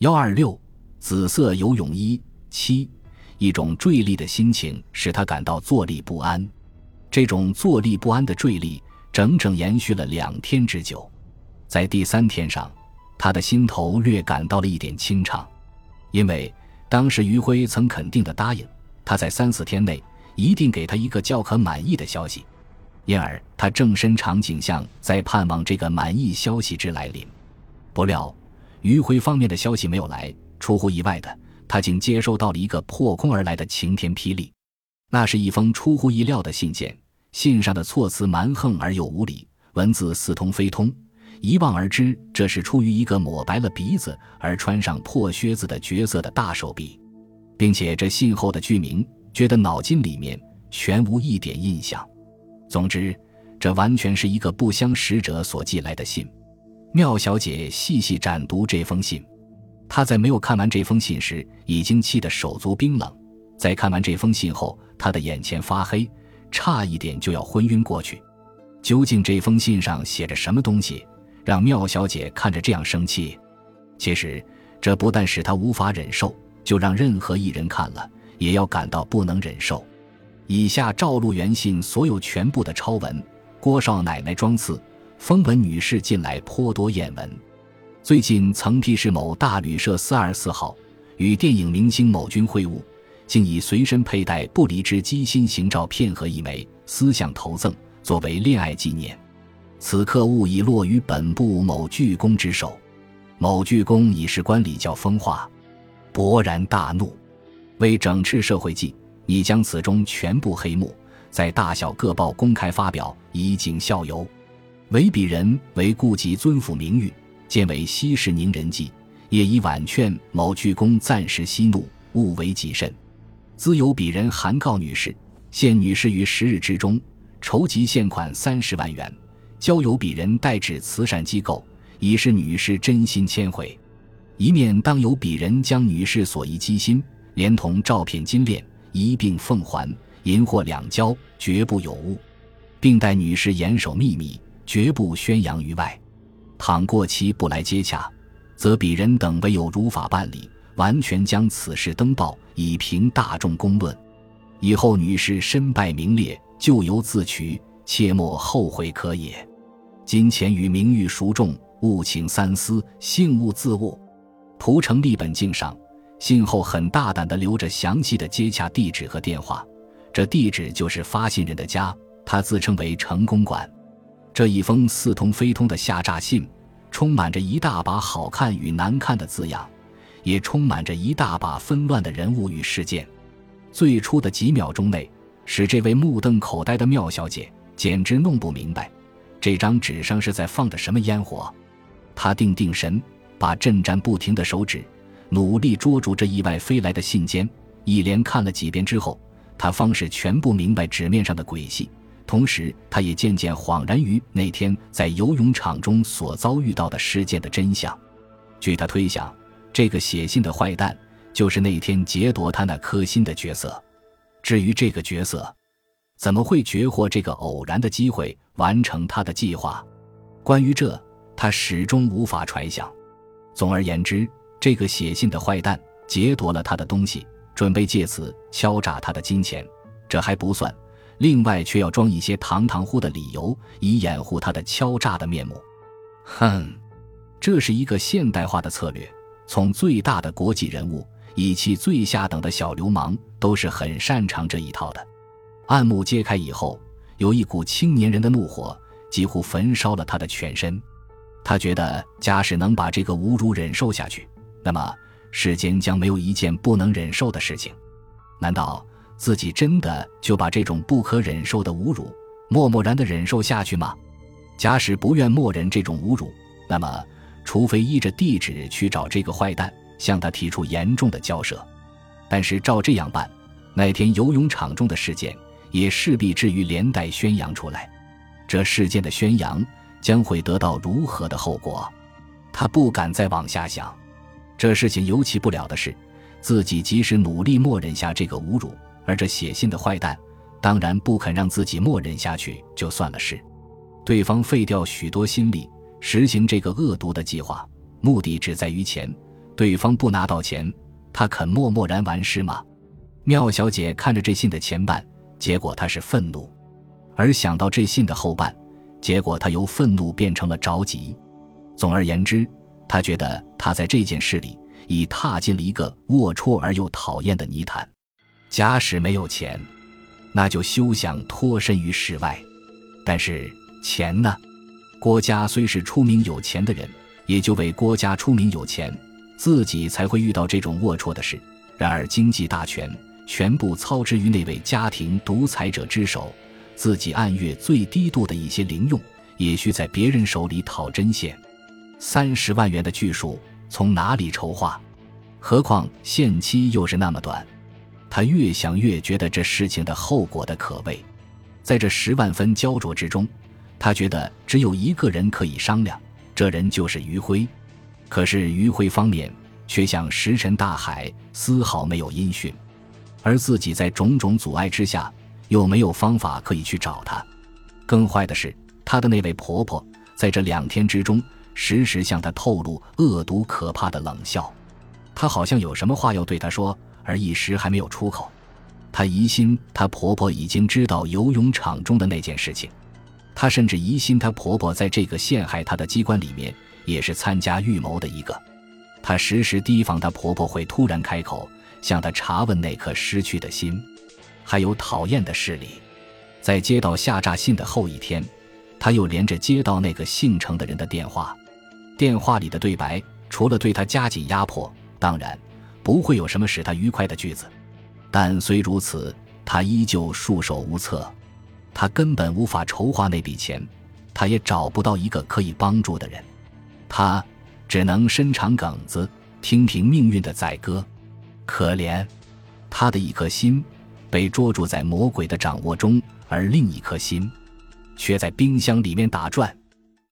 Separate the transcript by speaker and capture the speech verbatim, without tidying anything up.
Speaker 1: 一二六紫色游泳衣。七一种坠力的心情使他感到坐立不安，这种坐立不安的坠力整整延续了两天之久。在第三天上，他的心头略感到了一点清畅，因为当时余辉曾肯定地答应他在三四天内一定给他一个较可满意的消息，因而他正身长颈像在盼望这个满意消息之来临。不料余辉方面的消息没有来，出乎意外的，他竟接收到了一个破空而来的晴天霹雳。那是一封出乎意料的信件，信上的措辞蛮横而又无理，文字似通非通，一望而知这是出于一个抹白了鼻子而穿上破靴子的角色的大手笔，并且这信后的居民觉得脑筋里面全无一点印象。总之，这完全是一个不相识者所寄来的信。妙小姐细细展读这封信，她在没有看完这封信时已经气得手足冰冷，在看完这封信后，她的眼前发黑，差一点就要昏晕过去。究竟这封信上写着什么东西，让妙小姐看着这样生气？其实这不但使她无法忍受，就让任何一人看了也要感到不能忍受。以下照录原信所有全部的抄文：郭少奶奶装刺，风文女士近来颇多艳闻。最近曾批示某大旅社四二四号与电影明星某君会晤，竟以随身佩戴不离之机芯型照片和一枚私相投赠，作为恋爱纪念。此刻物已落于本部某巨公之手。某巨公已是官礼教风化，勃然大怒，为整治社会纪，拟将此中全部黑幕，在大小各报公开发表，以儆效尤。唯彼人为顾及尊府名誉，见为息事宁人计，业已婉劝某巨公暂时息怒，勿为己甚。兹由彼人函告女士，现女士于十日之中筹集现款三十万元，交由彼人代至慈善机构，以示女士真心谦惠。一面当由彼人将女士所遗机芯连同照片金链一并奉还，银货两交，绝不有误，并待女士严守秘密，绝不宣扬于外。倘过期不来接洽，则彼人等唯有如法办理，完全将此事登报，以平大众公论。以后女士身败名裂，咎由自取，切莫后悔可也。金钱与名誉孰重，务请三思，幸勿自误。蒲城立本镜上，信后很大胆地留着详细的接洽地址和电话，这地址就是发信人的家，他自称为成公馆。这一封似通非通的下诈信，充满着一大把好看与难看的字样，也充满着一大把纷乱的人物与事件。最初的几秒钟内，使这位目瞪口呆的妙小姐简直弄不明白这张纸上是在放着什么烟火。她定定神，把震颤不停的手指努力捉住这意外飞来的信笺，一连看了几遍之后，她方是全部明白纸面上的诡戏，同时她也渐渐恍然于那天在游泳场中所遭遇到的事件的真相。据她推想，这个写信的坏蛋就是那天劫夺他那颗心的角色。至于这个角色怎么会绝获这个偶然的机会完成他的计划，关于这他始终无法揣想。总而言之，这个写信的坏蛋劫夺了他的东西，准备借此敲诈他的金钱，这还不算，另外却要装一些堂堂乎的理由，以掩护他的敲诈的面目。哼，这是一个现代化的策略，从最大的国际人物以及最下等的小流氓都是很擅长这一套的。暗幕揭开以后，有一股青年人的怒火几乎焚烧了他的全身。他觉得假使能把这个侮辱忍受下去，那么世间将没有一件不能忍受的事情。难道自己真的就把这种不可忍受的侮辱默默然地忍受下去吗？假使不愿默忍这种侮辱，那么除非依着地址去找这个坏蛋，向他提出严重的交涉。但是照这样办，那天游泳场中的事件也势必至于连带宣扬出来，这事件的宣扬将会得到如何的后果？他不敢再往下想。这事情尤其不了的是，自己即使努力默忍下这个侮辱，而这写信的坏蛋当然不肯让自己默忍下去就算了事。对方费掉许多心力实行这个恶毒的计划，目的只在于钱， 对方不拿到钱，他肯默默然完事吗？妙小姐看着这信的前半，结果她是愤怒，而想到这信的后半，结果她由愤怒变成了着急。总而言之，她觉得她在这件事里已踏进了一个龌龊而又讨厌的泥潭。假使没有钱，那就休想脱身于世外。但是钱呢？郭嘉虽是出名有钱的人，也就为郭嘉出名有钱，自己才会遇到这种龌龊的事。然而经济大权全部操之于那位家庭独裁者之手，自己按月最低度的一些零用，也需在别人手里讨针线。三十万元的巨数从哪里筹划？何况限期又是那么短。他越想越觉得这事情的后果的可畏。在这十万分焦灼之中，他觉得只有一个人可以商量，这人就是余辉。可是余辉方面却像石沉大海，丝毫没有音讯，而自己在种种阻碍之下又没有方法可以去找他。更坏的是，他的那位婆婆在这两天之中时时向他透露恶毒可怕的冷笑，她好像有什么话要对他说，而一时还没有出口。她疑心她婆婆已经知道游泳场中的那件事情，她甚至疑心她婆婆在这个陷害她的机关里面也是参加预谋的一个。她时时提防她婆婆会突然开口向她查问那颗失去的心。还有讨厌的事理，在接到下诈信的后一天，她又连着接到那个姓程的人的电话。电话里的对白除了对她加紧压迫，当然不会有什么使她愉快的句子，但虽如此，她依旧束手无策。她根本无法筹划那笔钱，她也找不到一个可以帮助的人，她只能伸长颈子听凭命运的宰割。可怜她的一颗心被捉住在魔鬼的掌握中，而另一颗心却在冰箱里面打转。